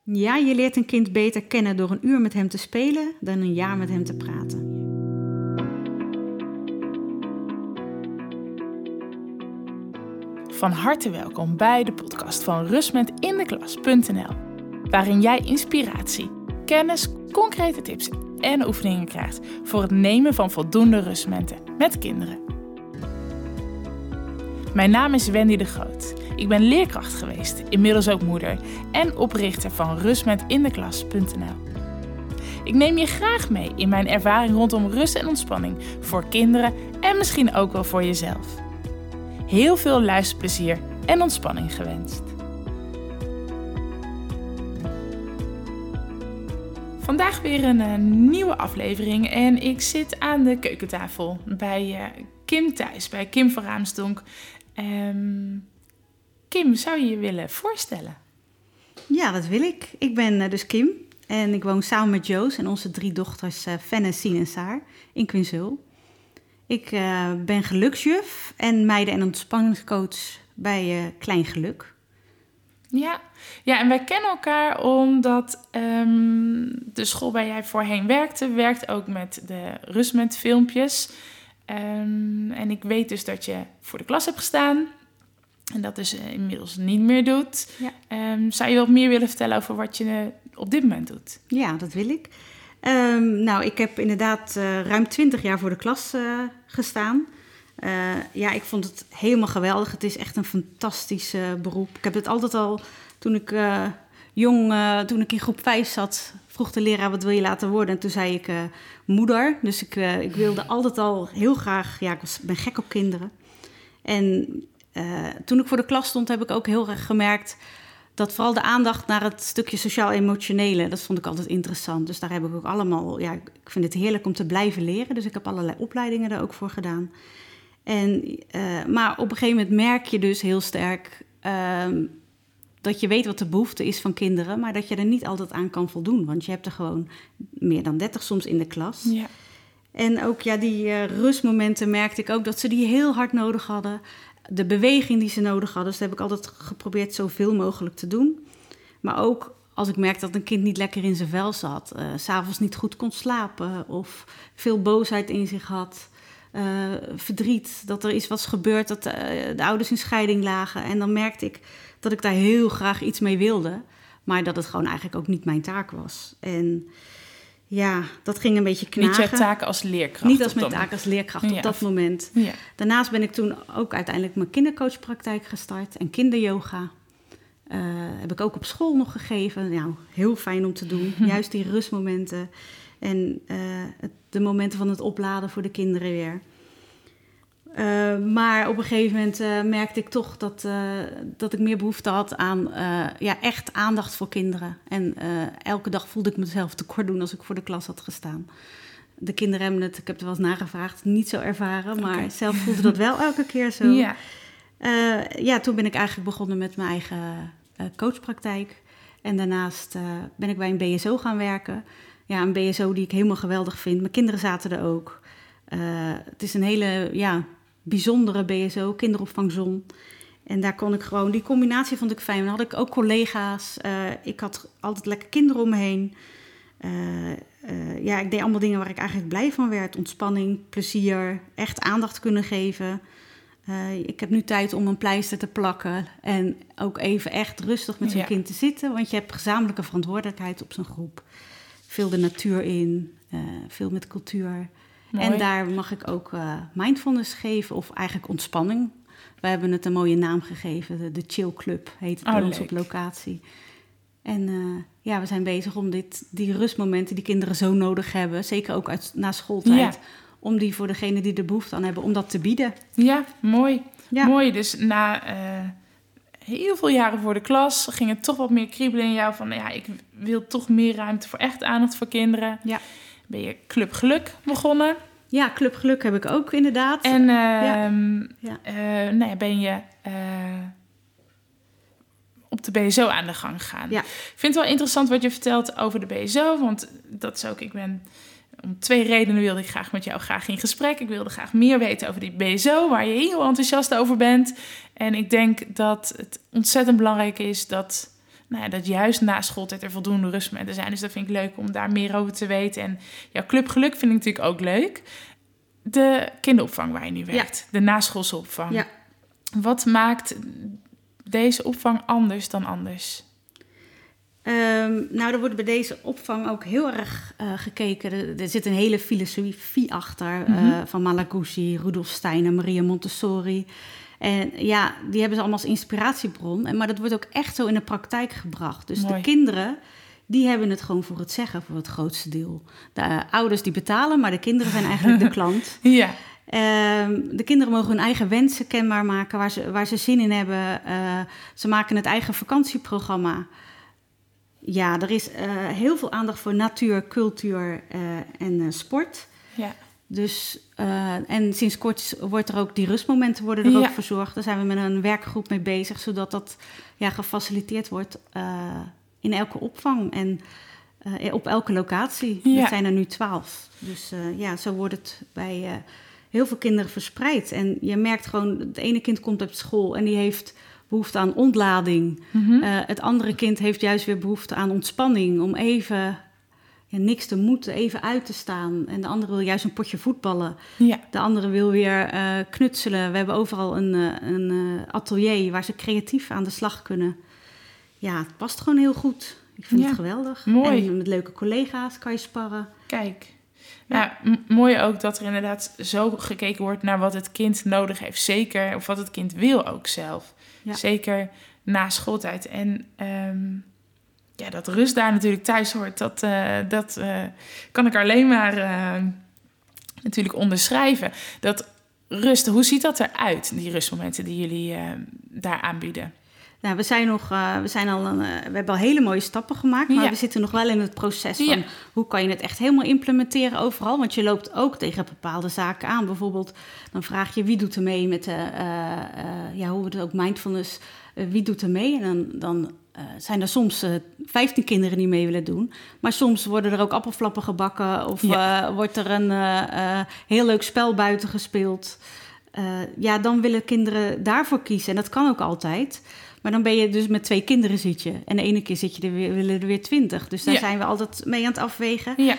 Ja, je leert een kind beter kennen door 1 uur met hem te spelen dan 1 jaar met hem te praten. Van harte welkom bij de podcast van rustmetindeklas.nl, waarin jij inspiratie, kennis, concrete tips en oefeningen krijgt voor het nemen van voldoende rustmomenten met kinderen. Mijn naam is Wendy de Groot. Ik ben leerkracht geweest, inmiddels ook moeder en oprichter van rustmetindeklas.nl. Ik neem je graag mee in mijn ervaring rondom rust en ontspanning voor kinderen en misschien ook wel voor jezelf. Heel veel luisterplezier en ontspanning gewenst. Vandaag weer een nieuwe aflevering en ik zit aan de keukentafel bij Kim thuis, bij Kim van Raamsdonk. Kim, zou je je willen voorstellen? Ja, dat wil ik. Ik ben dus Kim en ik woon samen met Joos en onze 3 dochters Fenne, Sien en Saar in Quinzul. Ik ben geluksjuf en meiden- en ontspanningscoach bij Klein Geluk. Ja, en wij kennen elkaar omdat de school waar jij voorheen werkt ook met de rustmetfilmpjes. En ik weet dus dat je voor de klas hebt gestaan en dat dus inmiddels niet meer doet. Ja. Zou je wat meer willen vertellen over wat je op dit moment doet? Ja, dat wil ik. Ik heb inderdaad ruim 20 jaar voor de klas gestaan. Ik vond het helemaal geweldig. Het is echt een fantastisch beroep. Ik heb het altijd al, toen ik toen ik in groep 5 zat, vroeg de leraar, wat wil je laten worden? En toen zei ik moeder. Dus ik wilde altijd al heel graag, ik ben gek op kinderen. En toen ik voor de klas stond, heb ik ook heel erg gemerkt dat vooral de aandacht naar het stukje sociaal-emotionele, dat vond ik altijd interessant. Dus daar heb ik ook allemaal, ik vind het heerlijk om te blijven leren. Dus ik heb allerlei opleidingen daar ook voor gedaan. Maar op een gegeven moment merk je dus heel sterk dat je weet wat de behoefte is van kinderen, maar dat je er niet altijd aan kan voldoen. Want je hebt er gewoon meer dan 30 soms in de klas. Ja. En ook die rustmomenten merkte ik ook dat ze die heel hard nodig hadden. De beweging die ze nodig hadden, dus dat heb ik altijd geprobeerd zoveel mogelijk te doen. Maar ook als ik merkte dat een kind niet lekker in zijn vel zat, 's avonds niet goed kon slapen of veel boosheid in zich had, verdriet, dat er iets was gebeurd, dat de ouders in scheiding lagen. En dan merkte ik dat ik daar heel graag iets mee wilde, maar dat het gewoon eigenlijk ook niet mijn taak was. En ja, dat ging een beetje knagen. Niet je taak als leerkracht? Niet als mijn taak als leerkracht op dat moment. Ja. Daarnaast ben ik toen ook uiteindelijk mijn kindercoachpraktijk gestart en kinderyoga. Heb ik ook op school nog gegeven. Nou, heel fijn om te doen. Juist die rustmomenten en de momenten van het opladen voor de kinderen weer. Maar op een gegeven moment merkte ik toch dat ik meer behoefte had aan echt aandacht voor kinderen. En elke dag voelde ik mezelf tekort doen als ik voor de klas had gestaan. De kinderen hebben het, ik heb er wel eens nagevraagd, niet zo ervaren. Maar zelf voelde dat wel elke keer zo. Ja. Toen ben ik eigenlijk begonnen met mijn eigen coachpraktijk. En daarnaast ben ik bij een BSO gaan werken. Ja, een BSO die ik helemaal geweldig vind. Mijn kinderen zaten er ook. Het is een hele bijzondere BSO, kinderopvang Zon. En daar kon ik gewoon, die combinatie vond ik fijn. Dan had ik ook collega's. Ik had altijd lekker kinderen om me heen. Ik deed allemaal dingen waar ik eigenlijk blij van werd. Ontspanning, plezier, echt aandacht kunnen geven. Ik heb nu tijd om een pleister te plakken en ook even echt rustig met zo'n kind te zitten. Want je hebt gezamenlijke verantwoordelijkheid op zo'n groep. Veel de natuur in, veel met cultuur. Mooi. En daar mag ik ook mindfulness geven of eigenlijk ontspanning. We hebben het een mooie naam gegeven. De Chill Club heet het bij ons op locatie. En we zijn bezig om die rustmomenten die kinderen zo nodig hebben, zeker ook na schooltijd, om die voor degenen die er behoefte aan hebben, om dat te bieden. Ja, mooi. Ja. Mooi, dus na heel veel jaren voor de klas ging het toch wat meer kriebelen in jou van, ik wil toch meer ruimte voor echt aandacht voor kinderen. Ja. Ben je Club Geluk begonnen? Ja, Club Geluk heb ik ook inderdaad. En ben je op de BSO aan de gang gegaan. Ja. Ik vind het wel interessant wat je vertelt over de BSO, want dat is ook, om 2 redenen wilde ik graag met jou in gesprek. Ik wilde graag meer weten over die BSO, waar je heel enthousiast over bent. En ik denk dat het ontzettend belangrijk is dat dat juist na schooltijd er voldoende rustmomenten zijn. Dus dat vind ik leuk om daar meer over te weten. En jouw Club Geluk vind ik natuurlijk ook leuk. De kinderopvang waar je nu werkt, de naschoolse opvang. Ja. Wat maakt deze opvang anders dan anders? Er wordt bij deze opvang ook heel erg gekeken. Er zit een hele filosofie achter van Malaguzzi, Rudolf Steiner, Maria Montessori. En ja, die hebben ze allemaal als inspiratiebron. Maar dat wordt ook echt zo in de praktijk gebracht. Dus de kinderen, die hebben het gewoon voor het zeggen voor het grootste deel. De ouders die betalen, maar de kinderen zijn eigenlijk de klant. Ja. De kinderen mogen hun eigen wensen kenbaar maken, waar ze zin in hebben. Ze maken het eigen vakantieprogramma. Ja, er is heel veel aandacht voor natuur, cultuur en sport. Ja. Dus, en sinds kort wordt er ook die rustmomenten worden er ook verzorgd. Daar zijn we met een werkgroep mee bezig, zodat dat gefaciliteerd wordt in elke opvang en op elke locatie. Ja. Er zijn er nu 12. Dus zo wordt het bij heel veel kinderen verspreid. En je merkt gewoon, het ene kind komt op school en die heeft behoefte aan ontlading. Het andere kind heeft juist weer behoefte aan ontspanning, om even niks te moeten, even uit te staan. En de andere wil juist een potje voetballen. Ja. De andere wil weer knutselen. We hebben overal een atelier waar ze creatief aan de slag kunnen. Ja, het past gewoon heel goed. Ik vind het geweldig. Mooi. En met leuke collega's kan je sparren. Kijk. Ja, mooi ook dat er inderdaad zo gekeken wordt naar wat het kind nodig heeft. Zeker, of wat het kind wil ook zelf. Ja. Zeker na schooltijd. En dat rust daar natuurlijk thuis hoort, dat kan ik alleen maar natuurlijk onderschrijven. Dat rust, hoe ziet dat eruit, die rustmomenten die jullie daar aanbieden? Nou, we hebben al hele mooie stappen gemaakt, maar we zitten nog wel in het proces van hoe kan je het echt helemaal implementeren overal. Want je loopt ook tegen bepaalde zaken aan. Bijvoorbeeld, dan vraag je wie doet er mee met hoe we het ook mindfulness, wie doet er mee? En dan zijn er soms 15 kinderen die mee willen doen. Maar soms worden er ook appelflappen gebakken of wordt er een heel leuk spel buiten gespeeld. Dan willen kinderen daarvoor kiezen. En dat kan ook altijd. Maar dan ben je dus met 2 kinderen zit je. En de ene keer willen er weer 20. Dus daar zijn we altijd mee aan het afwegen. Ja.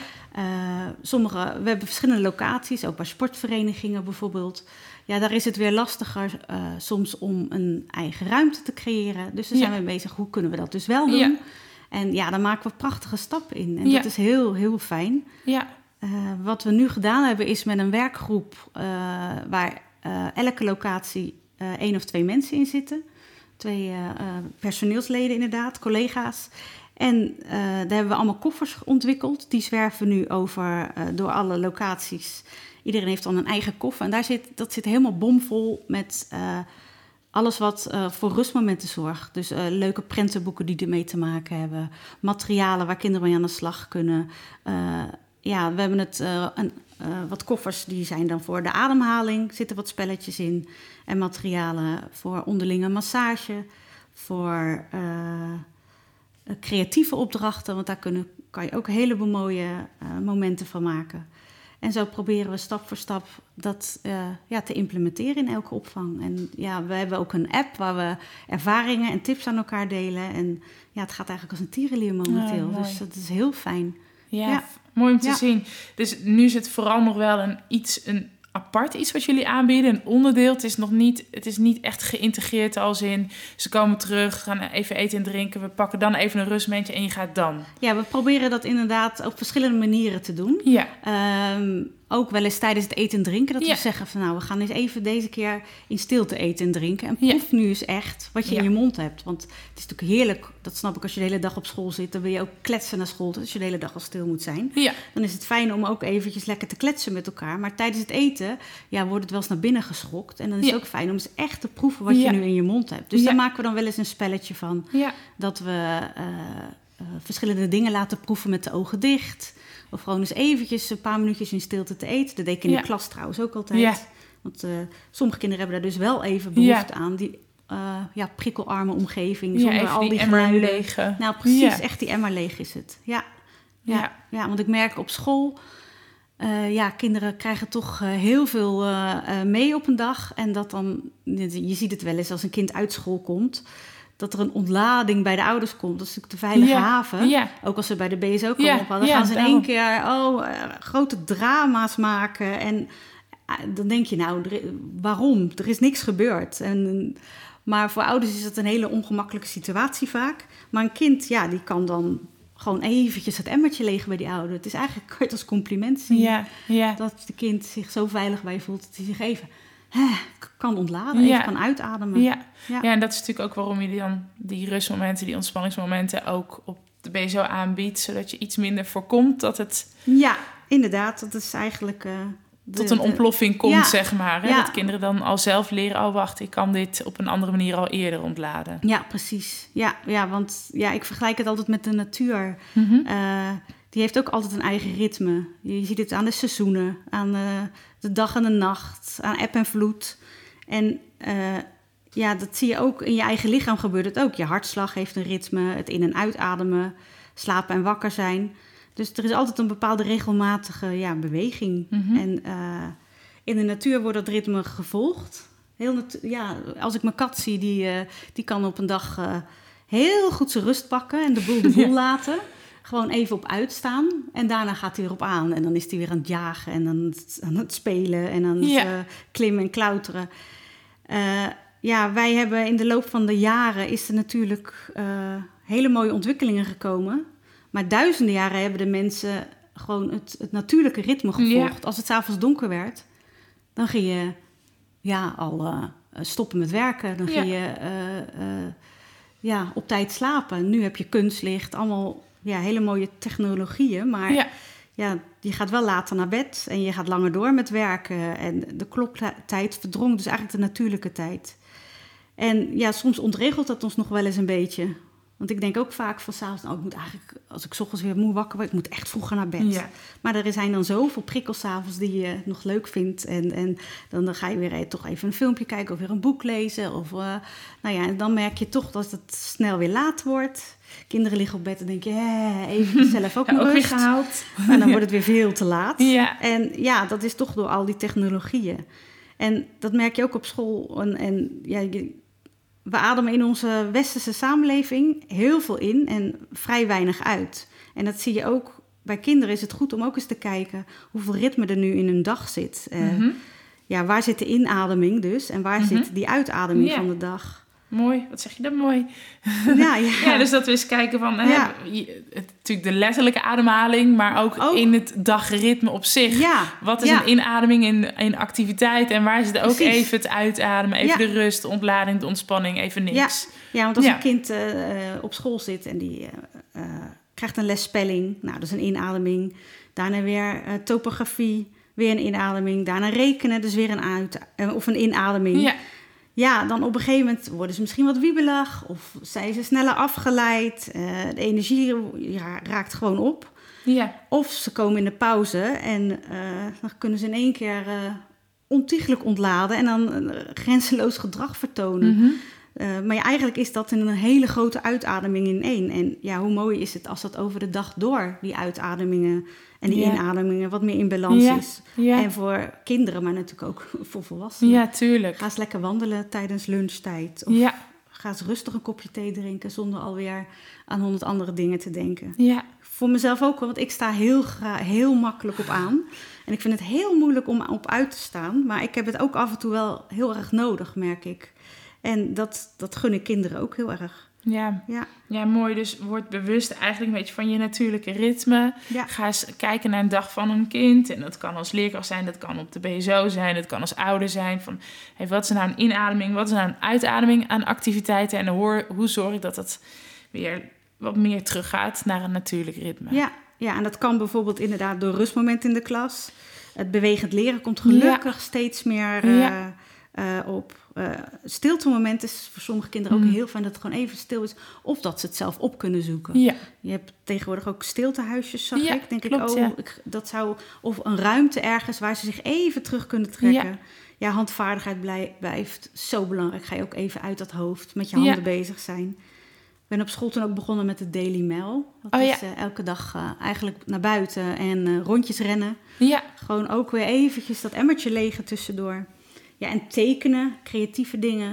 We hebben verschillende locaties, ook bij sportverenigingen bijvoorbeeld. Ja, daar is het weer lastiger soms om een eigen ruimte te creëren. Dus daar zijn we bezig, hoe kunnen we dat dus wel doen? Ja. En dan maken we prachtige stappen in. En dat is heel, heel fijn. Ja. Wat we nu gedaan hebben is met een werkgroep waar elke locatie 1 of 2 mensen in zitten. 2 personeelsleden inderdaad, collega's. En daar hebben we allemaal koffers ontwikkeld. Die zwerven nu over door alle locaties. Iedereen heeft dan een eigen koffer. En dat zit helemaal bomvol met alles wat voor rustmomenten zorgt. Dus leuke prentenboeken die ermee te maken hebben. Materialen waar kinderen mee aan de slag kunnen. We hebben wat koffers die zijn dan voor de ademhaling. Zitten wat spelletjes in. En materialen voor onderlinge massage. Voor creatieve opdrachten. Want daar kan je ook een heleboel mooie momenten van maken. En zo proberen we stap voor stap dat te implementeren in elke opvang. En we hebben ook een app waar we ervaringen en tips aan elkaar delen. En het gaat eigenlijk als een tierenlier momenteel. Dus dat is heel fijn. Ja. Mooi om te zien. Dus nu is het vooral nog wel een apart iets wat jullie aanbieden, een onderdeel. Het is niet echt geïntegreerd als in, ze komen terug, gaan even eten en drinken, we pakken dan even een rustmomentje en je gaat dan. Ja, we proberen dat inderdaad op verschillende manieren te doen. Ja. Ook wel eens tijdens het eten en drinken, dat we zeggen van we gaan eens even deze keer in stilte eten en drinken. En proef nu eens echt wat je in je mond hebt. Want het is natuurlijk heerlijk, dat snap ik, als je de hele dag op school zit, dan wil je ook kletsen naar school, dus als je de hele dag al stil moet zijn. Ja. Dan is het fijn om ook eventjes lekker te kletsen met elkaar. Maar tijdens het eten, wordt het wel eens naar binnen geschokt. En dan is het ook fijn om eens echt te proeven wat je nu in je mond hebt. Dus daar maken we dan wel eens een spelletje van. Ja. Dat we verschillende dingen laten proeven met de ogen dicht. Of gewoon eens eventjes een paar minuutjes in stilte te eten. Dat deed ik in de klas trouwens ook altijd. Ja. Want sommige kinderen hebben daar dus wel even behoefte aan. Die prikkelarme omgeving. Zonder al die emmer leeg. Nou, precies. Echt die emmer leeg is het. Ja, want ik merk op school, kinderen krijgen toch heel veel mee op een dag. En dat dan, je ziet het wel eens als een kind uit school komt, dat er een ontlading bij de ouders komt. Dat is natuurlijk de veilige haven. Ja. Ook als ze bij de BSO komen ophalen. Dan gaan ze in één keer grote drama's maken. En dan denk je, nou, waarom? Er is niks gebeurd. Maar voor ouders is het een hele ongemakkelijke situatie vaak. Maar een kind, die kan dan gewoon eventjes het emmertje legen bij die ouder. Het is eigenlijk, kan je het als compliment zien. Dat het kind zich zo veilig bij voelt dat hij zich even kan ontladen, even kan uitademen. Ja, en dat is natuurlijk ook waarom je dan die rustmomenten, die ontspanningsmomenten ook op de BSO aanbiedt, zodat je iets minder voorkomt dat het... Ja, inderdaad. Dat is eigenlijk... tot een ontploffing komt, zeg maar. Hè? Dat kinderen dan al zelf leren... wacht, ik kan dit op een andere manier al eerder ontladen. Ja, precies. Ja, want ik vergelijk het altijd met de natuur. Die heeft ook altijd een eigen ritme. Je ziet het aan de seizoenen, aan de dag en de nacht, aan eb en vloed. En dat zie je ook in je eigen lichaam gebeurt het ook. Je hartslag heeft een ritme, het in- en uitademen, slapen en wakker zijn... Dus er is altijd een bepaalde regelmatige beweging. En in de natuur wordt dat ritme gevolgd. Als ik mijn kat zie, die kan op een dag heel goed zijn rust pakken... en de boel laten. Gewoon even op uitstaan. En daarna gaat hij weer op aan. En dan is hij weer aan het jagen en aan het spelen... en aan het klimmen en klauteren. Wij hebben in de loop van de jaren... is er natuurlijk hele mooie ontwikkelingen gekomen... Maar duizenden jaren hebben de mensen gewoon het natuurlijke ritme gevolgd. Als het 's avonds donker werd, dan ging je al stoppen met werken. Dan ging je op tijd slapen. Nu heb je kunstlicht, allemaal hele mooie technologieën. Maar je gaat wel later naar bed en je gaat langer door met werken. En de kloktijd verdronk dus eigenlijk de natuurlijke tijd. En soms ontregelt dat ons nog wel eens een beetje... Want ik denk ook vaak van 's avonds, ik moet eigenlijk, als ik 's ochtends weer moe wakker word, ik moet echt vroeger naar bed. Ja. Maar er zijn dan zoveel prikkels 's avonds die je nog leuk vindt. En dan ga je weer toch even een filmpje kijken of weer een boek lezen. Of, en dan merk je toch dat het snel weer laat wordt. Kinderen liggen op bed en denk je, even zelf ook ook weer gehaald. En dan wordt het weer veel te laat. Ja. En dat is toch door al die technologieën. En dat merk je ook op school. We ademen in onze westerse samenleving heel veel in en vrij weinig uit. En dat zie je ook bij kinderen. Is het goed om ook eens te kijken hoeveel ritme er nu in hun dag zit. Waar zit de inademing dus en waar zit die uitademing van de dag? Mooi, wat zeg je dat mooi. Dus dat we eens kijken van... natuurlijk de letterlijke ademhaling... maar ook in het dagritme op zich. Wat is een inademing in activiteit... en waar zit ook even het uitademen... even de rust, de ontlading, de ontspanning, even niks. Ja, want als een kind op school zit... en die krijgt een les spelling... nou, dat is een inademing. Daarna weer topografie, weer een inademing. Daarna rekenen, dus weer een inademing... Ja, dan op een gegeven moment worden ze misschien wat wiebelig... of zijn ze sneller afgeleid. De energie raakt gewoon op. Of ze komen in de pauze en dan kunnen ze in één keer ontiegelijk ontladen... en dan grenzeloos gedrag vertonen. Maar eigenlijk is dat een hele grote uitademing in één. En hoe mooi is het als dat over de dag door... die uitademingen en die inademingen wat meer in balans is. En voor kinderen, maar natuurlijk ook voor volwassenen. Ja, tuurlijk. Ga eens lekker wandelen tijdens lunchtijd. Of ga eens rustig een kopje thee drinken... zonder alweer aan 100 andere dingen te denken. Voor mezelf ook, want ik sta heel makkelijk op aan. En ik vind het heel moeilijk om op uit te staan. Maar ik heb het ook af en toe wel heel erg nodig, merk ik. En dat gun ik kinderen ook heel erg. Ja, mooi. Dus word bewust eigenlijk een beetje van je natuurlijke ritme. Ga eens kijken naar een dag van een kind. En dat kan als leerkracht zijn, dat kan op de BSO zijn, dat kan als ouder zijn. Van, wat is nou een inademing, wat is nou een uitademing aan activiteiten? En hoe zorg ik dat het weer wat meer teruggaat naar een natuurlijk ritme? Ja, en dat kan bijvoorbeeld inderdaad door rustmomenten in de klas. Het bewegend leren komt gelukkig steeds meer op. Stilte-moment is voor sommige kinderen ook heel fijn dat het gewoon even stil is. Of dat ze het zelf op kunnen zoeken. Je hebt tegenwoordig ook stiltehuisjes, zag ik. Denk klopt, dat zou... Of een ruimte ergens waar ze zich even terug kunnen trekken. Ja, handvaardigheid blijft zo belangrijk. Ga je ook even uit dat hoofd met je handen bezig zijn. Ik ben op school toen ook begonnen met de Daily Mail. Dat is elke dag eigenlijk naar buiten en rondjes rennen. Gewoon ook weer eventjes dat emmertje legen tussendoor. Ja, en tekenen, creatieve dingen,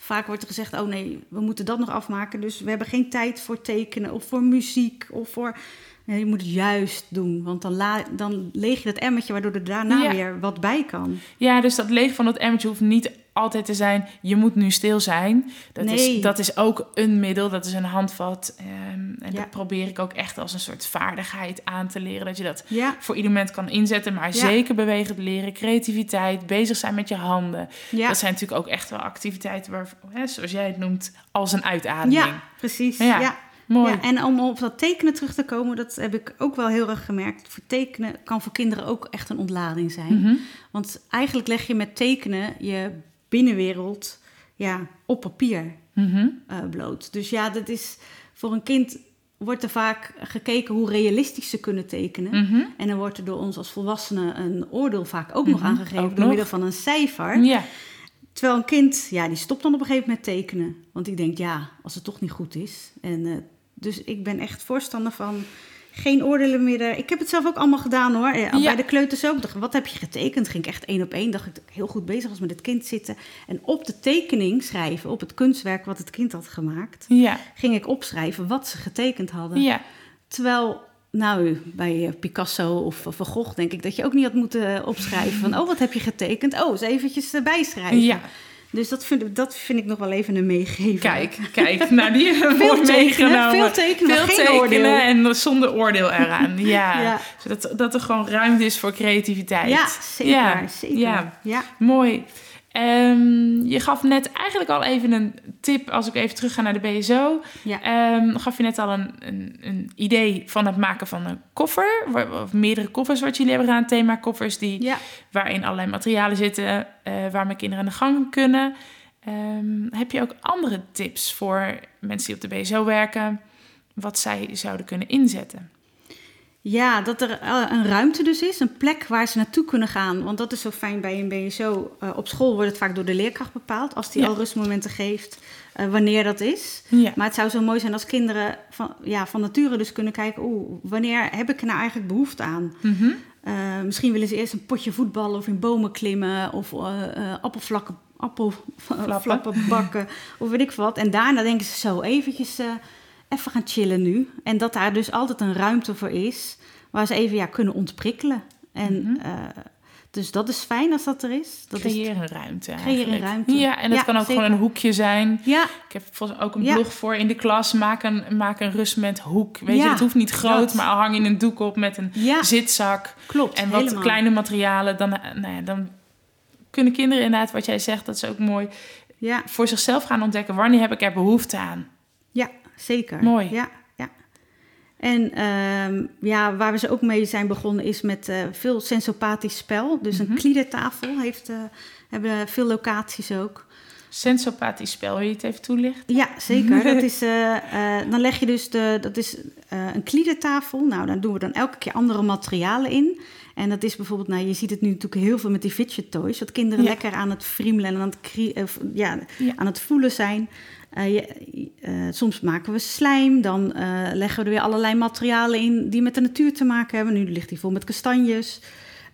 vaak wordt er gezegd, oh nee, we moeten dat nog afmaken. Dus we hebben geen tijd voor tekenen of voor muziek of voor... Ja, je moet het juist doen, want dan leeg je dat emmertje... waardoor er daarna weer wat bij kan. Ja, dus dat leeg van dat emmertje hoeft niet altijd te zijn... je moet nu stil zijn. Dat is ook een middel, dat is een handvat. En dat probeer ik ook echt als een soort vaardigheid aan te leren... dat je dat voor ieder moment kan inzetten. Maar zeker bewegend leren, creativiteit, bezig zijn met je handen. Ja. Dat zijn natuurlijk ook echt wel activiteiten... waar, zoals jij het noemt, als een uitademing. Ja, precies, ja. Mooi. Ja, en om op dat tekenen terug te komen, dat heb ik ook wel heel erg gemerkt. Voor tekenen kan voor kinderen ook echt een ontlading zijn. Mm-hmm. Want eigenlijk leg je met tekenen je binnenwereld op papier bloot. Dus dat is voor een kind wordt er vaak gekeken hoe realistisch ze kunnen tekenen. Mm-hmm. En dan wordt er door ons als volwassenen een oordeel vaak ook nog aangegeven door middel van een cijfer. Ja. Terwijl een kind, die stopt dan op een gegeven moment tekenen. Want die denkt, als het toch niet goed is. En dus ik ben echt voorstander van geen oordelen meer. Ik heb het zelf ook allemaal gedaan hoor. Bij de kleuters ook. Wat heb je getekend? Ging ik echt 1 op 1. Dacht ik heel goed bezig was met het kind zitten. En op de tekening schrijven, op het kunstwerk wat het kind had gemaakt... ging ik opschrijven wat ze getekend hadden. Ja. Terwijl... Nou, bij Picasso of Van Gogh denk ik dat je ook niet had moeten opschrijven... van, wat heb je getekend? Eens eventjes bijschrijven. Ja. Dus dat vind ik nog wel even een meegeven. Kijk. Nou, die hebben we mooi meegenomen. Veel tekenen, veel geen tekenen oordeel. En zonder oordeel eraan. Ja. Zodat er gewoon ruimte is voor creativiteit. Ja, zeker. Ja. Mooi. Je gaf net eigenlijk al even een tip, als ik even terug ga naar de BSO. Ja. Gaf je net al een idee van het maken van een koffer. Of meerdere koffers wat jullie hebben gedaan. Themakoffers waarin allerlei materialen zitten waar mijn kinderen aan de gang kunnen. Heb je ook andere tips voor mensen die op de BSO werken? Wat zij zouden kunnen inzetten? Ja, dat er een ruimte dus is, een plek waar ze naartoe kunnen gaan. Want dat is zo fijn bij een BSO. Op school wordt het vaak door de leerkracht bepaald, als die al rustmomenten geeft, wanneer dat is. Ja. Maar het zou zo mooi zijn als kinderen van nature dus kunnen kijken, wanneer heb ik er nou eigenlijk behoefte aan? Mm-hmm. Misschien willen ze eerst een potje voetballen of in bomen klimmen of appelflappen bakken of weet ik wat. En daarna denken ze zo eventjes... even gaan chillen nu. En dat daar dus altijd een ruimte voor is... waar ze even kunnen ontprikkelen. En dus dat is fijn als dat er is. Creëer een ruimte eigenlijk. Creëer een ruimte. Ja, en dat kan ook zeker gewoon een hoekje zijn. Ja. Ik heb volgens ook een blog voor in de klas. Maak een rustmomenthoek. Weet je, het hoeft niet groot... maar al hang je een doek op met een zitzak. Klopt, en wat kleine materialen. Dan kunnen kinderen inderdaad, wat jij zegt... dat is ook mooi... voor zichzelf gaan ontdekken... wanneer heb ik er behoefte aan? Ja. Zeker. Mooi. Ja. En waar we ze ook mee zijn begonnen is met veel sensopathisch spel. Dus een kliedertafel hebben veel locaties ook. Sensopathisch spel, wil je het even toelichten? Ja, zeker. Dat is, dan leg je dus een kliedertafel. Nou, dan doen we dan elke keer andere materialen in. En dat is bijvoorbeeld, je ziet het nu natuurlijk heel veel met die fidget toys. Dat kinderen lekker aan het friemelen en aan het voelen zijn. Soms maken we slijm, dan leggen we er weer allerlei materialen in die met de natuur te maken hebben. Nu ligt die vol met kastanjes.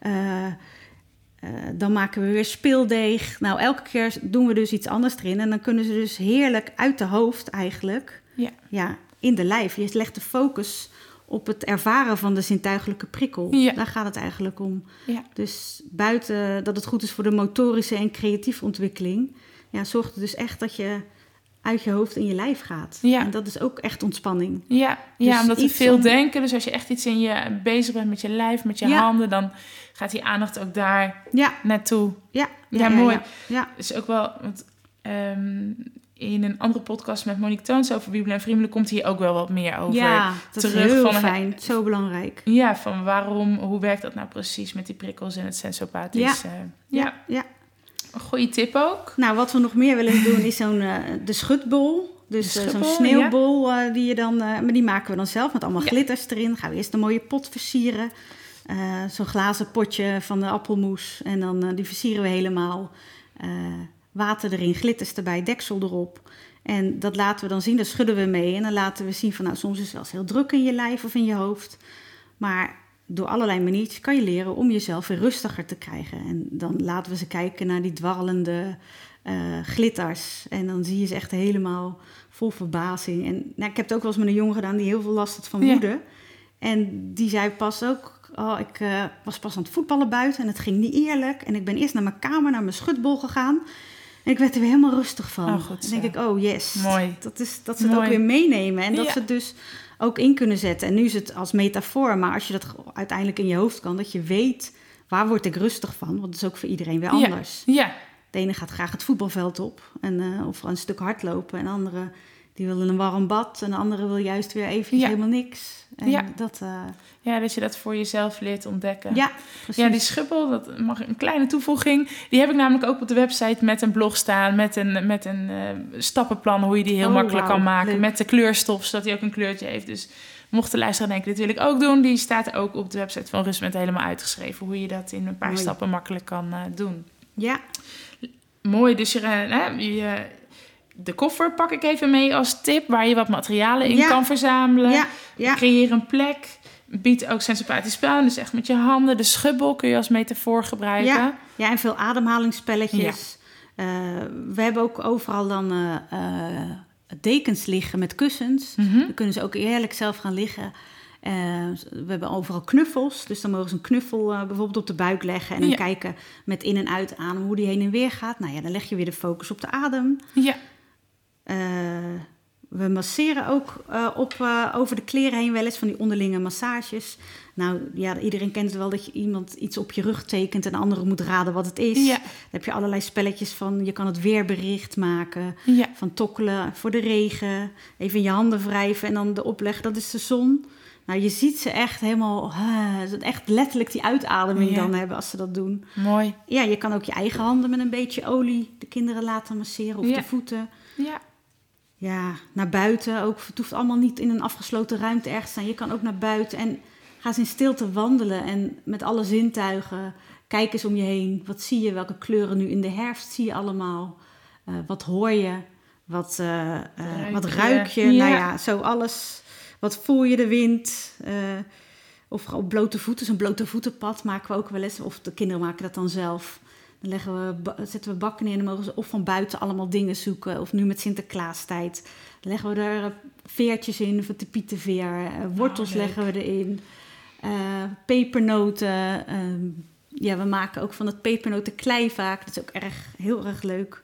Dan maken we weer speeldeeg. Nou, elke keer doen we dus iets anders erin. En dan kunnen ze dus heerlijk uit de hoofd eigenlijk, in de lijf. Je legt de focus op het ervaren van de zintuigelijke prikkel. Ja. Daar gaat het eigenlijk om. Ja. Dus buiten dat het goed is voor de motorische en creatieve ontwikkeling, zorgt het dus echt dat je uit je hoofd in je lijf gaat. Ja. En dat is ook echt ontspanning. Ja, dus omdat we veel denken. Dus als je echt iets in je bezig bent met je lijf, met je handen, dan gaat die aandacht ook daar naartoe. Ja, mooi. Ja. Dus ook wel, want in een andere podcast met Monique Toons over Wiebelen en Friemelen komt hier ook wel wat meer over. Ja, dat terug is heel fijn. Zo belangrijk. Ja, van hoe werkt dat nou precies met die prikkels en het sensopathisch? Ja. Een goede tip ook. Nou, wat we nog meer willen doen is de schutbol. Dus zo'n sneeuwbol die je dan... maar die maken we dan zelf met allemaal glitters erin. Dan gaan we eerst een mooie pot versieren. Zo'n glazen potje van de appelmoes. En dan die versieren we helemaal. Water erin, glitters erbij, deksel erop. En dat laten we dan zien, daar schudden we mee. En dan laten we zien van, soms is het wel eens heel druk in je lijf of in je hoofd. Maar door allerlei maniertjes kan je leren om jezelf weer rustiger te krijgen. En dan laten we ze kijken naar die dwarrelende glitters. En dan zie je ze echt helemaal vol verbazing. En ik heb het ook wel eens met een jongen gedaan die heel veel last had van woede. En die zei pas ook, ik was pas aan het voetballen buiten en het ging niet eerlijk. En ik ben eerst naar mijn kamer, naar mijn schutbol gegaan. En ik werd er weer helemaal rustig van. Oh, goed, en denk ik, yes. Mooi. Dat ze het ook weer meenemen. En dat ze het dus ook in kunnen zetten. En nu is het als metafoor. Maar als je dat uiteindelijk in je hoofd kan, dat je weet, waar word ik rustig van? Want dat is ook voor iedereen weer anders. Ja. De ene gaat graag het voetbalveld op. Of een stuk hardlopen. En de andere die willen een warm bad. En de andere wil juist weer eventjes helemaal niks. En dat je dat voor jezelf leert ontdekken. Ja, precies. Ja, die schubbel, dat mag een kleine toevoeging. Die heb ik namelijk ook op de website met een blog staan. Met een stappenplan hoe je die heel makkelijk kan maken. Leuk. Met de kleurstof, zodat hij ook een kleurtje heeft. Dus mocht de luisteraar denken, dit wil ik ook doen. Die staat ook op de website van Rustment helemaal uitgeschreven. Hoe je dat in een paar stappen makkelijk kan doen. Ja. Mooi, dus de koffer pak ik even mee als tip, waar je wat materialen in kan verzamelen. Ja. Creëer een plek. Bied ook sensopathie spel aan, dus echt met je handen. De schubbel kun je als metafoor gebruiken. Ja, en veel ademhalingsspelletjes. Ja. We hebben ook overal dan dekens liggen met kussens. Mm-hmm. Dan kunnen ze ook eerlijk zelf gaan liggen. We hebben overal knuffels, dus dan mogen ze een knuffel bijvoorbeeld op de buik leggen en dan kijken met in- en uitademen hoe die heen en weer gaat. Nou ja, dan leg je weer de focus op de adem. Ja. We masseren ook over de kleren heen wel eens van die onderlinge massages. Nou ja, iedereen kent het wel dat je iemand iets op je rug tekent en de andere moet raden wat het is. Ja. Dan heb je allerlei spelletjes van, je kan het weerbericht maken, van tokkelen voor de regen, even in je handen wrijven en dan de opleg, dat is de zon. Nou, je ziet ze echt helemaal, echt letterlijk die uitademing dan hebben als ze dat doen. Mooi. Ja, je kan ook je eigen handen met een beetje olie de kinderen laten masseren of de voeten. Ja. Ja, naar buiten ook. Het hoeft allemaal niet in een afgesloten ruimte ergens te staan. Je kan ook naar buiten en ga eens in stilte wandelen. En met alle zintuigen, kijk eens om je heen. Wat zie je? Welke kleuren nu in de herfst zie je allemaal? Wat hoor je? Wat ruik je? Ja. Nou ja, zo alles. Wat voel je de wind? Of op blote voeten. Zo'n blote voetenpad maken we ook wel eens. Of de kinderen maken dat dan zelf. Dan zetten we bakken neer en dan mogen ze of van buiten allemaal dingen zoeken. Of nu met Sinterklaastijd. Dan leggen we er veertjes in, van de pietenveer. Wortels leggen we erin. Pepernoten. We maken ook van het pepernotenklei vaak. Dat is ook heel erg leuk.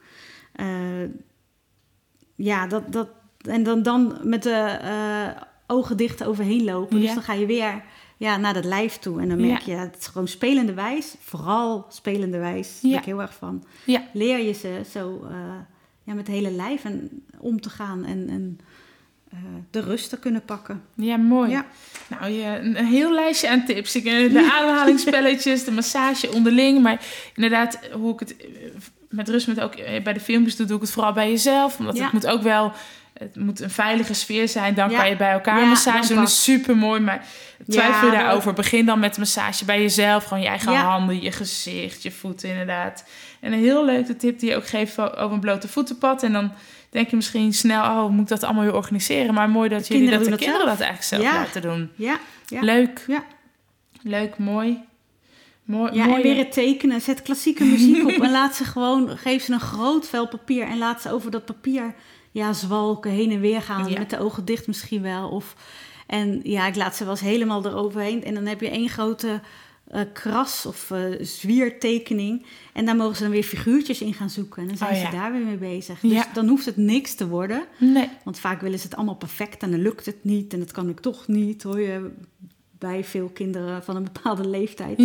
En dan met de ogen dicht overheen lopen. Ja. Dus dan ga je weer naar dat lijf toe. En dan merk je, het is gewoon spelende wijs. Vooral spelende wijs. Daar ben ik heel erg van. Ja. Leer je ze zo met het hele lijf om te gaan. En de rust te kunnen pakken. Ja, mooi. Ja. Nou, een heel lijstje aan tips. De ademhalingsspelletjes, de massage onderling. Maar inderdaad, hoe ik het met Rustment ook bij de filmpjes doe ik het vooral bij jezelf. Omdat het moet ook wel... Het moet een veilige sfeer zijn. Dan kan je bij elkaar een massage doen. Dat is super mooi. Maar twijfel je daarover. Begin dan met de massage bij jezelf. Gewoon je eigen handen, je gezicht, je voeten inderdaad. En een heel leuke tip die je ook geeft over een blote voetenpad. En dan denk je misschien snel, moet ik dat allemaal weer organiseren? Maar mooi dat jullie de kinderen dat eigenlijk zelf laten doen. Ja. Leuk. Ja. Leuk, mooi. Mooi. En weer het tekenen. Zet klassieke muziek op en geef ze een groot vel papier en laat ze over dat papier zwalken, heen en weer gaan, met de ogen dicht misschien wel. Ik laat ze wel eens helemaal eroverheen. En dan heb je één grote kras of zwiertekening. En daar mogen ze dan weer figuurtjes in gaan zoeken. En dan zijn ze daar weer mee bezig. Dus dan hoeft het niks te worden. Nee. Want vaak willen ze het allemaal perfect en dan lukt het niet. En dat kan ik toch niet, hoor je bij veel kinderen van een bepaalde leeftijd.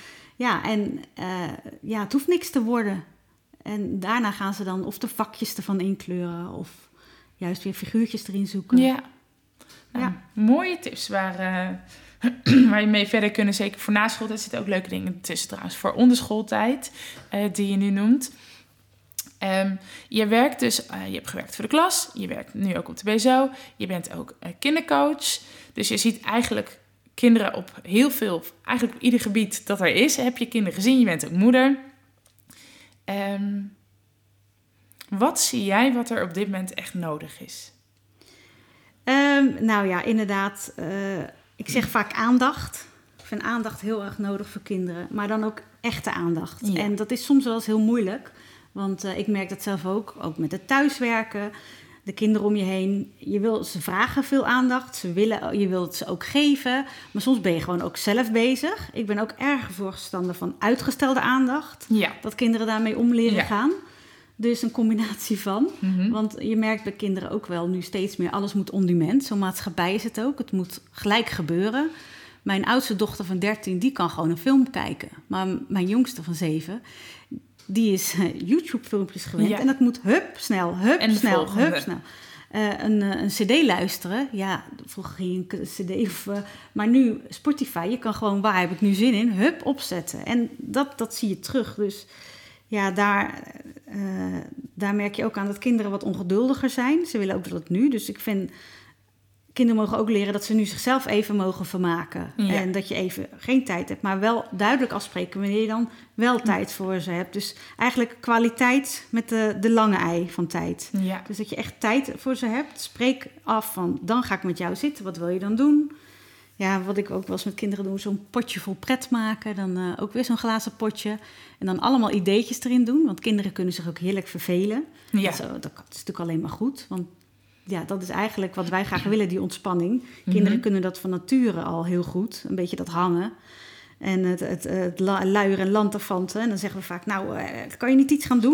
Het hoeft niks te worden. En daarna gaan ze dan of de vakjes ervan inkleuren of juist weer figuurtjes erin zoeken. Ja. Mooie tips waar je mee verder kunnen. Zeker voor naschooltijd. Er zitten ook leuke dingen tussen trouwens voor onderschooltijd die je nu noemt. Je werkt dus, je hebt gewerkt voor de klas. Je werkt nu ook op de BSO. Je bent ook kindercoach. Dus je ziet eigenlijk kinderen op heel veel, eigenlijk op ieder gebied dat er is. Heb je kinderen gezien. Je bent ook moeder. Wat zie jij wat er op dit moment echt nodig is? Inderdaad. Ik zeg vaak aandacht. Ik vind aandacht heel erg nodig voor kinderen. Maar dan ook echte aandacht. Ja. En dat is soms wel eens heel moeilijk. Want ik merk dat zelf ook met het thuiswerken. De kinderen om je heen, ze vragen veel aandacht. Je wilt het ze ook geven. Maar soms ben je gewoon ook zelf bezig. Ik ben ook erg voorstander van uitgestelde aandacht. Ja. Dat kinderen daarmee om leren gaan. Dus een combinatie van. Mm-hmm. Want je merkt bij kinderen ook wel nu steeds meer... alles moet on demand. Zo'n maatschappij is het ook. Het moet gelijk gebeuren. Mijn oudste dochter van 13, die kan gewoon een film kijken. Maar mijn jongste van 7... die is YouTube-filmpjes gewend. Ja. En dat moet snel. Een cd luisteren. Ja, vroeger ging een cd. Maar nu Spotify. Je kan gewoon, waar heb ik nu zin in? Opzetten. En dat zie je terug. Dus ja, daar merk je ook aan dat kinderen wat ongeduldiger zijn. Ze willen ook dat nu. Dus ik vind... Kinderen mogen ook leren dat ze nu zichzelf even mogen vermaken. Ja. En dat je even geen tijd hebt. Maar wel duidelijk afspreken wanneer je dan wel tijd voor ze hebt. Dus eigenlijk kwaliteit met de lange ei van tijd. Ja. Dus dat je echt tijd voor ze hebt. Spreek af van, dan ga ik met jou zitten. Wat wil je dan doen? Ja, wat ik ook wel eens met kinderen doe, zo'n potje vol pret maken. Dan ook weer zo'n glazen potje. En dan allemaal ideetjes erin doen. Want kinderen kunnen zich ook heerlijk vervelen. Ja. Dat is natuurlijk alleen maar goed. Want ja, dat is eigenlijk wat wij graag willen, die ontspanning. Kinderen kunnen dat van nature al heel goed. Een beetje dat hangen. En het luieren en lanterfanten. En dan zeggen we vaak, kan je niet iets gaan doen?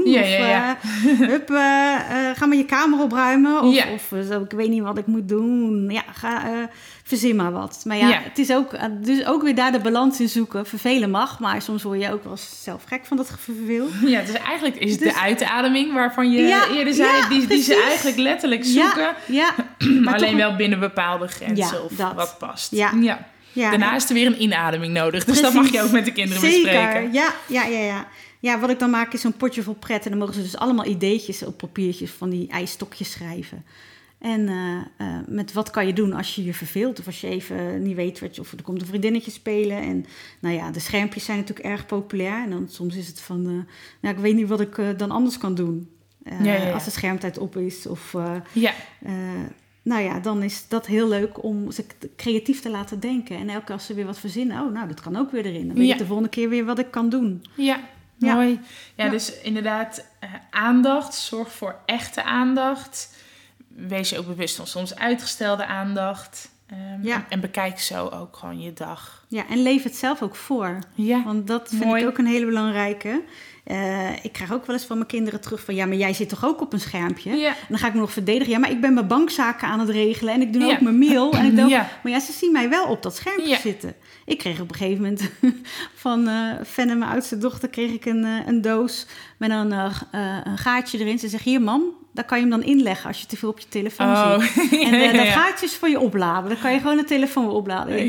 Ga maar je kamer opruimen. Of ik weet niet wat ik moet doen. Ja, verzin maar wat. Maar het is ook, dus ook weer daar de balans in zoeken. Vervelen mag, maar soms word je ook wel zelf gek van dat verveel. Ja, dus eigenlijk is het de uitademing waarvan je eerder zei... die ze eigenlijk letterlijk zoeken. Ja. Maar alleen wel binnen bepaalde grenzen of wat past. Ja. Daarna is er weer een inademing nodig. Dus dat mag je ook met de kinderen bespreken. Ja, wat ik dan maak is zo'n potje vol pret. En dan mogen ze dus allemaal ideetjes op papiertjes van die ijsstokjes schrijven. En met wat kan je doen als je je verveelt. Of als je even niet weet of er komt een vriendinnetje spelen. En de schermpjes zijn natuurlijk erg populair. En dan soms is het van, ik weet niet wat ik dan anders kan doen. Als de schermtijd op is. Of... dan is dat heel leuk om ze creatief te laten denken. En elke keer als ze weer wat verzinnen... dat kan ook weer erin. Dan weet ik de volgende keer weer wat ik kan doen. Ja, mooi. Ja, dus inderdaad aandacht. Zorg voor echte aandacht. Wees je ook bewust van soms uitgestelde aandacht. En bekijk zo ook gewoon je dag. Ja, en leef het zelf ook voor. Ja, want dat vind ik ook een hele belangrijke... ik krijg ook wel eens van mijn kinderen terug van... maar jij zit toch ook op een schermpje? Ja. En dan ga ik me nog verdedigen. Ja, maar ik ben mijn bankzaken aan het regelen... en ik doe ook mijn mail. En ik denk, maar ze zien mij wel op dat schermpje zitten. Ik kreeg op een gegeven moment van Fenne, mijn oudste dochter... kreeg ik een doos met een gaatje erin. Ze zegt, hier mam, daar kan je hem dan inleggen... als je te veel op je telefoon zit. En dat gaatje is voor je opladen. Dan kan je gewoon de telefoon weer opladen.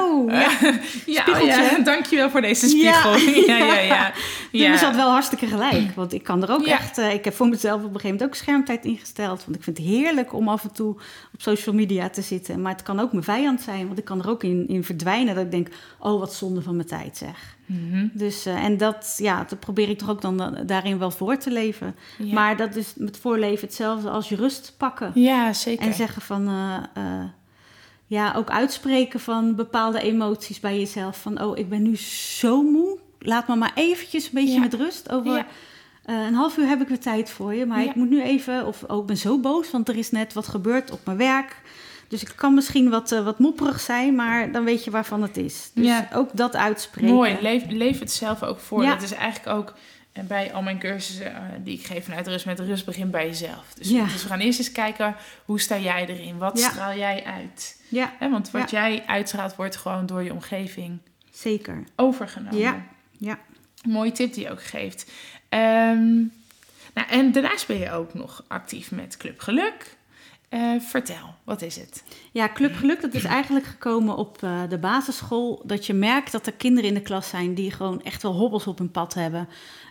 Dankjewel voor deze spiegel. Dus dat wel hartstikke gelijk. Want ik kan er ook echt... ik heb voor mezelf op een gegeven moment ook schermtijd ingesteld. Want ik vind het heerlijk om af en toe op social media te zitten. Maar het kan ook mijn vijand zijn. Want ik kan er ook in verdwijnen. Dat ik denk, wat zonde van mijn tijd zeg. Mm-hmm. Dus, en dat probeer ik toch ook dan daarin wel voor te leven. Ja. Maar dat is met voorleven hetzelfde als je rust pakken. Ja, zeker. En zeggen van... ook uitspreken van bepaalde emoties bij jezelf. Van, ik ben nu zo moe. Laat me maar eventjes een beetje met rust. Over een half uur heb ik weer tijd voor je. Maar ik moet nu even... Of ik ben zo boos, want er is net wat gebeurd op mijn werk. Dus ik kan misschien wat mopperig zijn, maar dan weet je waarvan het is. Dus ook dat uitspreken. Mooi, leef het zelf ook voor. Dat is eigenlijk ook bij al mijn cursussen die ik geef vanuit Rust met Rust, begin bij jezelf. Dus we gaan eerst eens kijken, hoe sta jij erin? Wat straal jij uit? Ja. Want wat jij uitstraalt, wordt gewoon door je omgeving zeker overgenomen. Ja. Mooie tip die je ook geeft. En daarnaast ben je ook nog actief met Club Geluk. Vertel, wat is het? Ja, Club Geluk, dat is eigenlijk gekomen op de basisschool. Dat je merkt dat er kinderen in de klas zijn die gewoon echt wel hobbels op hun pad hebben.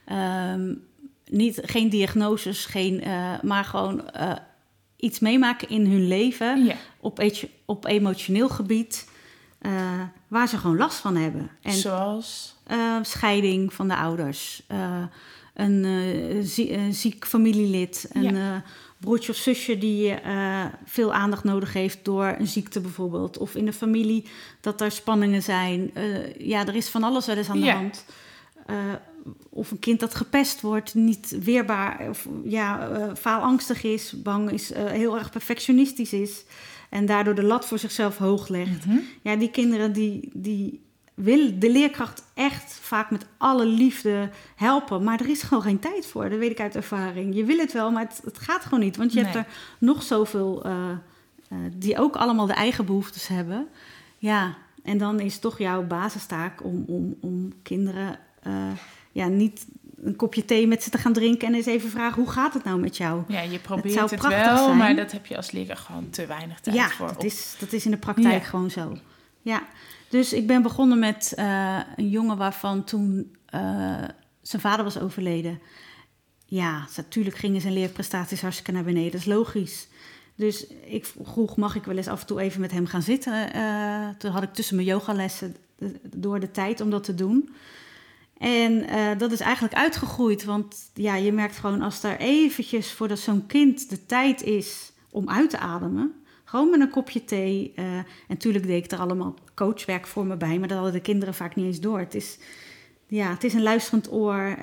Geen diagnoses, maar gewoon iets meemaken in hun leven. Ja. Op emotioneel gebied. Waar ze gewoon last van hebben. En, zoals? Scheiding van de ouders. Een ziek familielid. Een broertje of zusje die veel aandacht nodig heeft door een ziekte bijvoorbeeld. Of in de familie dat er spanningen zijn. Er is van alles wel eens aan de hand. of een kind dat gepest wordt, niet weerbaar of faalangstig is, bang is, heel erg perfectionistisch is en daardoor de lat voor zichzelf hoog legt. Mm-hmm. Ja, die kinderen die willen de leerkracht echt vaak met alle liefde helpen, maar er is gewoon geen tijd voor. Dat weet ik uit ervaring. Je wil het wel, maar het gaat gewoon niet, want je hebt er nog zoveel die ook allemaal de eigen behoeftes hebben. Ja, en dan is toch jouw basistaak om kinderen niet een kopje thee met ze te gaan drinken en eens even vragen, hoe gaat het nou met jou? Ja, je probeert het wel, zijn. Maar dat heb je als leerkracht gewoon te weinig tijd voor. Ja, dat is in de praktijk gewoon zo. Ja, dus ik ben begonnen met een jongen waarvan toen zijn vader was overleden. Ja, natuurlijk gingen zijn leerprestaties hartstikke naar beneden, dat is logisch. Dus ik vroeg, mag ik wel eens af en toe even met hem gaan zitten? Toen had ik tussen mijn yogalessen door de tijd om dat te doen. En dat is eigenlijk uitgegroeid. Want ja, je merkt gewoon als er eventjes voordat zo'n kind de tijd is om uit te ademen. Gewoon met een kopje thee. En natuurlijk deed ik er allemaal coachwerk voor me bij. Maar dat hadden de kinderen vaak niet eens door. Het is een luisterend oor.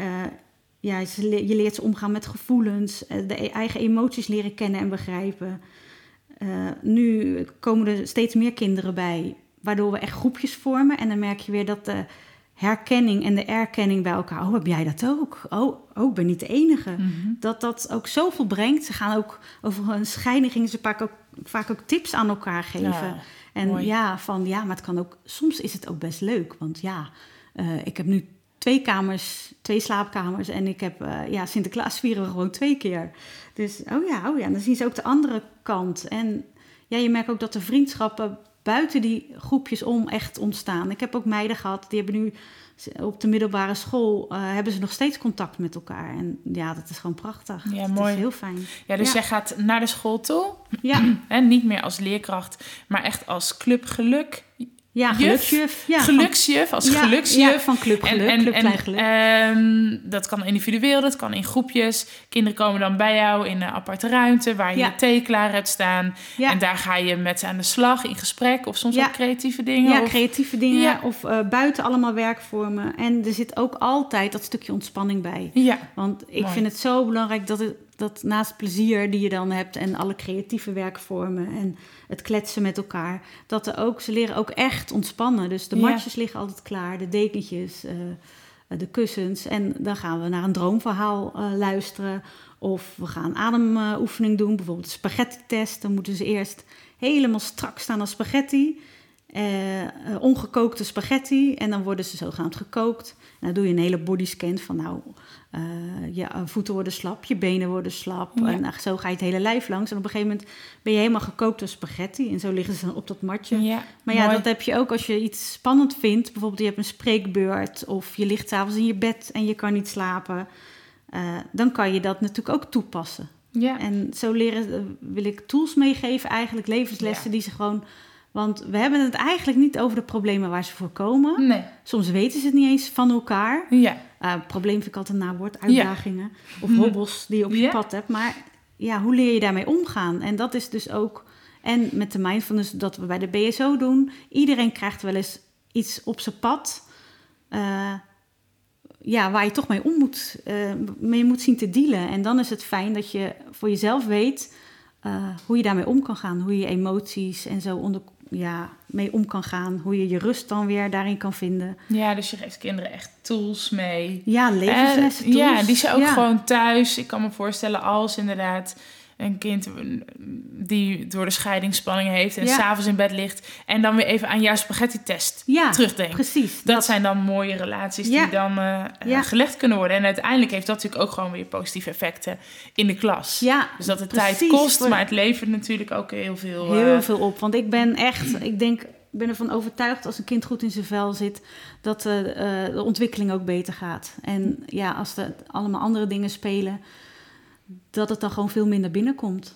Je leert ze omgaan met gevoelens. De eigen emoties leren kennen en begrijpen. Nu komen er steeds meer kinderen bij. Waardoor we echt groepjes vormen. En dan merk je weer dat de herkenning en de erkenning bij elkaar. Oh, heb jij dat ook? Oh, ik ben niet de enige. Mm-hmm. Dat ook zoveel brengt. Ze gaan ook over een scheiding. Gingen ze vaak ook tips aan elkaar geven. Ja, en mooi. Maar het kan ook. Soms is het ook best leuk. Want ik heb nu 2 slaapkamers. En ik heb Sinterklaas vieren we gewoon 2 keer. Dus dan zien ze ook de andere kant. En je merkt ook dat de vriendschappen buiten die groepjes om echt ontstaan. Ik heb ook meiden gehad, die hebben nu op de middelbare school hebben ze nog steeds contact met elkaar. En ja, dat is gewoon prachtig. Ja, dat mooi. Is heel fijn. Ja, dus jij gaat naar de school toe. Ja. En niet meer als leerkracht, maar echt als Club Geluk. Ja, geluksjuf. Ja, geluksjuf, als geluksjuf. Ja, van Club Geluk, Club Klein Geluk. Dat kan individueel, dat kan in groepjes. Kinderen komen dan bij jou in een aparte ruimte waar je thee klaar hebt staan. Ja. En daar ga je met ze aan de slag in gesprek of soms ook creatieve dingen. Ja, creatieve dingen of buiten allemaal werkvormen. En er zit ook altijd dat stukje ontspanning bij. Ja. Want ik vind het zo belangrijk dat naast plezier die je dan hebt en alle creatieve werkvormen en het kletsen met elkaar, ze leren ook echt ontspannen. Dus de matjes liggen altijd klaar, de dekentjes, de kussens. En dan gaan we naar een droomverhaal luisteren. Of we gaan ademoefening doen, bijvoorbeeld de spaghetti-test. Dan moeten ze eerst helemaal strak staan als spaghetti. Ongekookte spaghetti. En dan worden ze zogenaamd gekookt. En dan doe je een hele bodyscan van je voeten worden slap, je benen worden slap. Ja. En zo ga je het hele lijf langs. En op een gegeven moment ben je helemaal gekookt door spaghetti. En zo liggen ze dan op dat matje. Ja, maar mooi. Dat heb je ook als je iets spannend vindt. Bijvoorbeeld je hebt een spreekbeurt of je ligt 's avonds in je bed en je kan niet slapen. Dan kan je dat natuurlijk ook toepassen. Ja. En zo wil ik tools meegeven, eigenlijk levenslessen die ze gewoon. Want we hebben het eigenlijk niet over de problemen waar ze voor komen. Nee. Soms weten ze het niet eens van elkaar. Ja. Probleem vind ik altijd een nawoord, uitdagingen. Ja. Of hobbels die je op je pad hebt. Maar hoe leer je daarmee omgaan? En dat is dus ook. En met de mindfulness dat we bij de BSO doen. Iedereen krijgt wel eens iets op zijn pad. Waar je toch mee moet zien te dealen. En dan is het fijn dat je voor jezelf weet hoe je daarmee om kan gaan. Hoe je emoties en zo mee om kan gaan. Hoe je rust dan weer daarin kan vinden. Ja, dus je geeft kinderen echt tools mee. Ja, levenslessen tools. Ja, die ze ook gewoon thuis. Ik kan me voorstellen als inderdaad een kind die door de scheidingsspanning heeft en 's avonds in bed ligt en dan weer even aan jouw spaghetti-test terugdenkt. Precies. Dat zijn dan mooie relaties die dan gelegd kunnen worden. En uiteindelijk heeft dat natuurlijk ook gewoon weer positieve effecten in de klas. Ja, dus dat het tijd kost, maar het levert natuurlijk ook heel veel. Heel veel op. Want ik ben ervan overtuigd als een kind goed in zijn vel zit, dat de ontwikkeling ook beter gaat. En als er allemaal andere dingen spelen, dat het dan gewoon veel minder binnenkomt.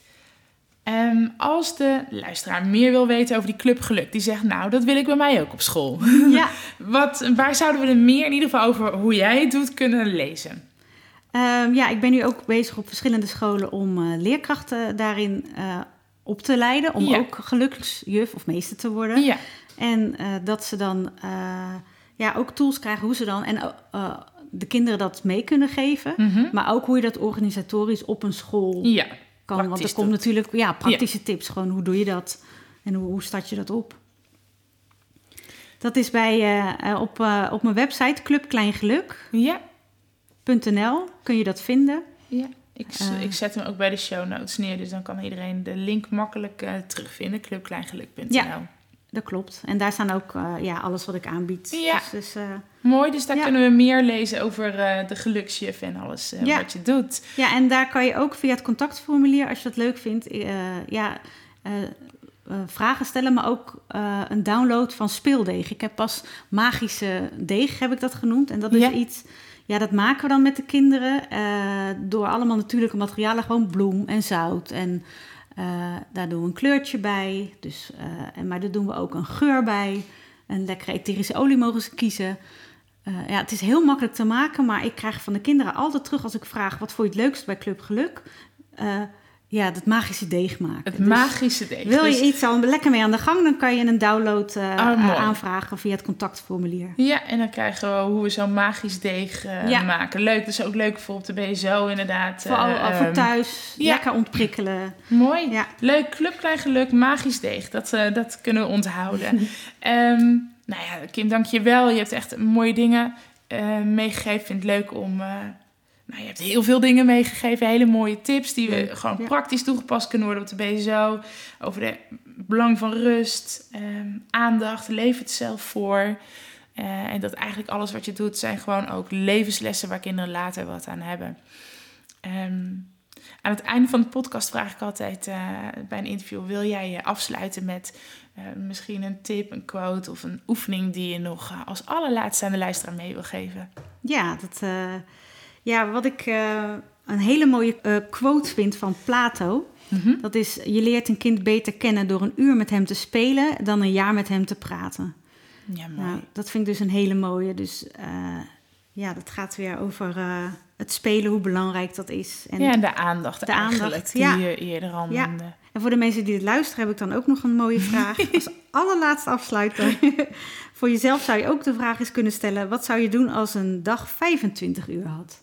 Als de luisteraar meer wil weten over die Club Geluk, die zegt, nou, dat wil ik bij mij ook op school. Ja. Waar zouden we er meer in ieder geval over hoe jij het doet kunnen lezen? Ik ben nu ook bezig op verschillende scholen om leerkrachten daarin op te leiden. Om ook geluksjuf of meester te worden. Ja. En dat ze dan ook tools krijgen hoe ze dan. En de kinderen dat mee kunnen geven. Maar ook hoe je dat organisatorisch op een school kan. Want er komt natuurlijk praktische tips. Gewoon hoe doe je dat en hoe start je dat op? Dat is op mijn website clubkleingeluk.nl kun je dat vinden. Ja, ik zet hem ook bij de show notes neer. Dus dan kan iedereen de link makkelijk terugvinden. clubkleingeluk.nl. Ja, dat klopt. En daar staan ook alles wat ik aanbied. Ja, dus, mooi. Dus daar kunnen we meer lezen over de geluksjuf en alles wat je doet. Ja, en daar kan je ook via het contactformulier, als je dat leuk vindt... vragen stellen, maar ook een download van speeldeeg. Ik heb pas magische deeg, heb ik dat genoemd. En dat is iets, dat maken we dan met de kinderen. Door allemaal natuurlijke materialen, gewoon bloem en zout. En daar doen we een kleurtje bij. Dus, maar daar doen we ook een geur bij. Een lekkere etherische olie mogen ze kiezen. Het is heel makkelijk te maken, maar ik krijg van de kinderen altijd terug als ik vraag... wat vond je het leukst bij Club Geluk? Dat magische deeg maken. Het magische deeg. Wil je iets al lekker mee aan de gang... dan kan je een download aanvragen via het contactformulier. Ja, en dan krijgen we hoe we zo'n magisch deeg maken. Leuk, dat is ook leuk voor op de BSO inderdaad. Voor thuis, lekker ontprikkelen. Mooi, leuk. Club Klein Geluk, magisch deeg. Dat kunnen we onthouden. Kim, dank je wel. Je hebt echt mooie dingen meegegeven. Ik vind het leuk om... je hebt heel veel dingen meegegeven, hele mooie tips... die we gewoon praktisch toegepast kunnen worden op de BSO. Over het belang van rust, aandacht, leef het zelf voor. En dat eigenlijk alles wat je doet... zijn gewoon ook levenslessen waar kinderen later wat aan hebben. Aan het einde van de podcast vraag ik altijd bij een interview... wil jij je afsluiten met misschien een tip, een quote of een oefening... die je nog als allerlaatste aan de luisteraar mee wil geven? Ja, wat ik een hele mooie quote vind van Plato... dat is... je leert een kind beter kennen door een uur met hem te spelen... dan een jaar met hem te praten. Ja, mooi. Nou, dat vind ik dus een hele mooie. Dus dat gaat weer over het spelen, hoe belangrijk dat is. En de aandacht eigenlijk, die je eerder al noemde. En voor de mensen die dit luisteren heb ik dan ook nog een mooie vraag. Als allerlaatste afsluiter. Voor jezelf zou je ook de vraag eens kunnen stellen... wat zou je doen als een dag 25 uur had?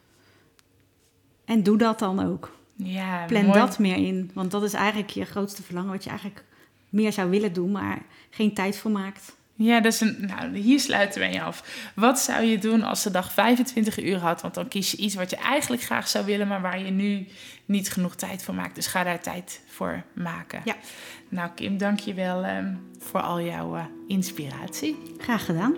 En doe dat dan ook. Ja, plan mooi. dat meer in. Want dat is eigenlijk je grootste verlangen... wat je eigenlijk meer zou willen doen... maar geen tijd voor maakt. Ja, hier sluiten we je af. Wat zou je doen als de dag 25 uur had? Want dan kies je iets wat je eigenlijk graag zou willen... maar waar je nu niet genoeg tijd voor maakt. Dus ga daar tijd voor maken. Ja. Nou, Kim, dank je wel voor al jouw inspiratie. Graag gedaan.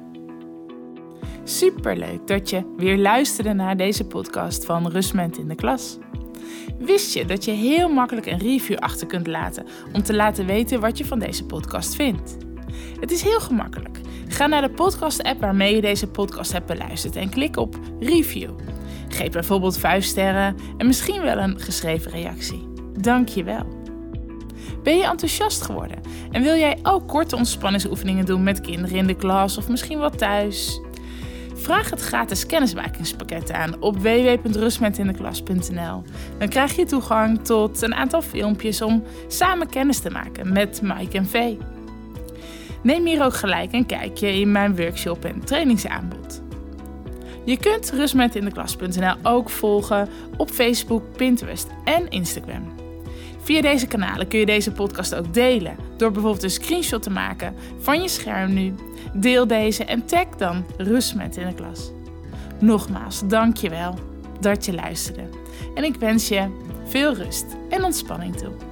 Superleuk dat je weer luisterde naar deze podcast van Rustment in de Klas. Wist je dat je heel makkelijk een review achter kunt laten... om te laten weten wat je van deze podcast vindt? Het is heel gemakkelijk. Ga naar de podcast-app waarmee je deze podcast hebt beluisterd... en klik op review. Geef bijvoorbeeld 5 sterren en misschien wel een geschreven reactie. Dank je wel. Ben je enthousiast geworden? En wil jij ook korte ontspanningsoefeningen doen met kinderen in de klas... of misschien wel thuis... Vraag het gratis kennismakingspakket aan op www.rustmetindeklas.nl. Dan krijg je toegang tot een aantal filmpjes om samen kennis te maken met Mike en Vee. Neem hier ook gelijk een kijkje in mijn workshop en trainingsaanbod. Je kunt rustmetindeklas.nl ook volgen op Facebook, Pinterest en Instagram. Via deze kanalen kun je deze podcast ook delen... door bijvoorbeeld een screenshot te maken van je scherm nu. Deel deze en tag dan Rustment in de Klas. Nogmaals, dank je wel dat je luisterde. En ik wens je veel rust en ontspanning toe.